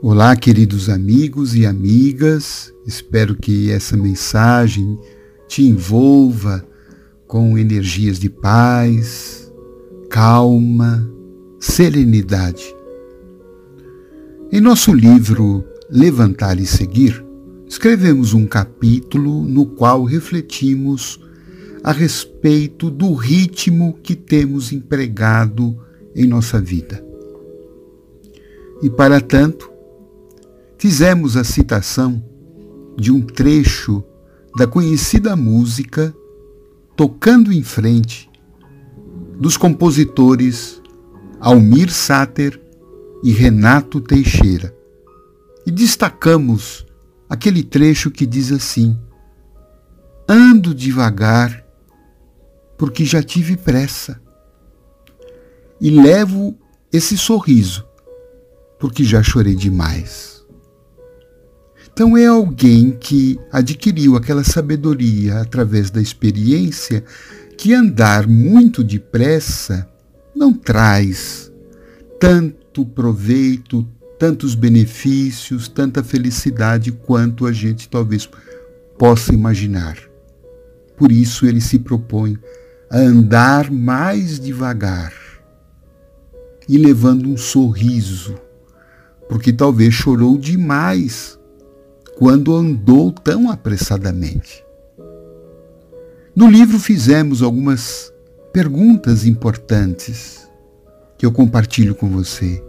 Olá, queridos amigos e amigas, espero que essa mensagem te envolva com energias de paz, calma, serenidade. Em nosso livro Levantar e Seguir, escrevemos um capítulo no qual refletimos a respeito do ritmo que temos empregado em nossa vida. E para tanto, fizemos a citação de um trecho da conhecida música Tocando em Frente, dos compositores Almir Sater e Renato Teixeira. E destacamos aquele trecho que diz assim: ando devagar, porque já tive pressa, e levo esse sorriso, porque já chorei demais. Então é alguém que adquiriu aquela sabedoria através da experiência que andar muito depressa não traz tanto proveito, tantos benefícios, tanta felicidade quanto a gente talvez possa imaginar. Por isso ele se propõe a andar mais devagar e levando um sorriso, porque talvez chorou demais quando andou tão apressadamente. No livro fizemos algumas perguntas importantes que eu compartilho com você.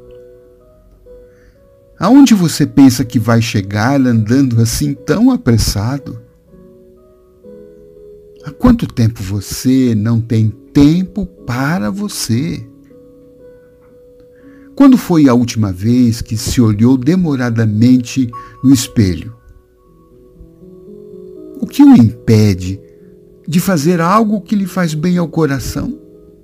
Aonde você pensa que vai chegar andando assim tão apressado? Há quanto tempo você não tem tempo para você? Quando foi a última vez que se olhou demoradamente no espelho? O que o impede de fazer algo que lhe faz bem ao coração?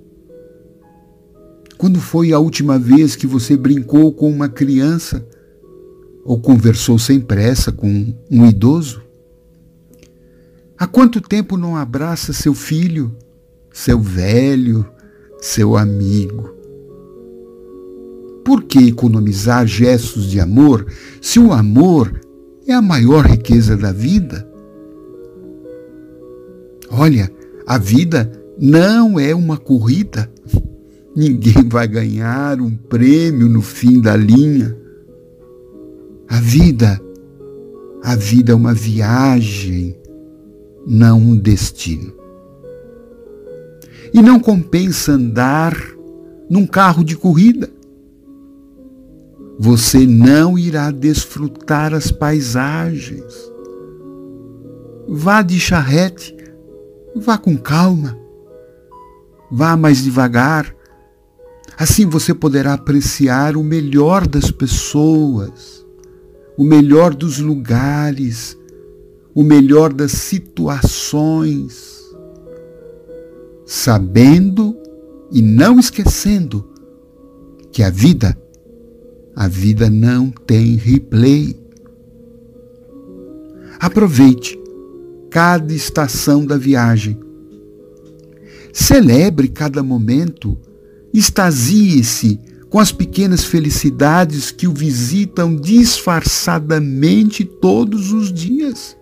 Quando foi a última vez que você brincou com uma criança ou conversou sem pressa com um idoso? Há quanto tempo não abraça seu filho, seu velho, seu amigo? Por que economizar gestos de amor se o amor é a maior riqueza da vida? Olha, a vida não é uma corrida. Ninguém vai ganhar um prêmio no fim da linha. A vida é uma viagem, não um destino. E não compensa andar num carro de corrida. Você não irá desfrutar as paisagens. Vá de charrete, vá com calma, vá mais devagar. Assim você poderá apreciar o melhor das pessoas, o melhor dos lugares, o melhor das situações, sabendo e não esquecendo que a vida não tem replay. Aproveite cada estação da viagem. Celebre cada momento, extasie-se com as pequenas felicidades que o visitam disfarçadamente todos os dias.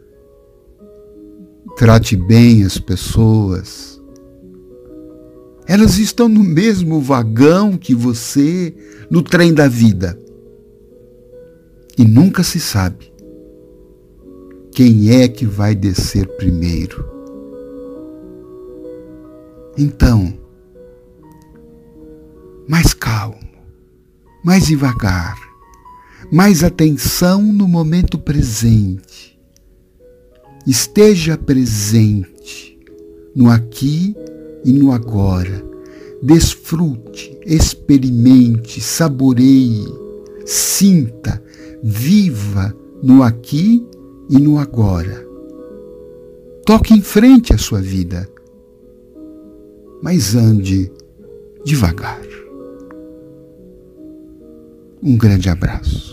Trate bem as pessoas. Elas estão no mesmo vagão que você, no trem da vida. E nunca se sabe quem é que vai descer primeiro. Então, mais calmo, mais devagar, mais atenção no momento presente. Esteja presente no aqui e no agora. Desfrute, experimente, saboreie, sinta, viva no aqui e no agora. Toque em frente à sua vida, mas ande devagar. Um grande abraço.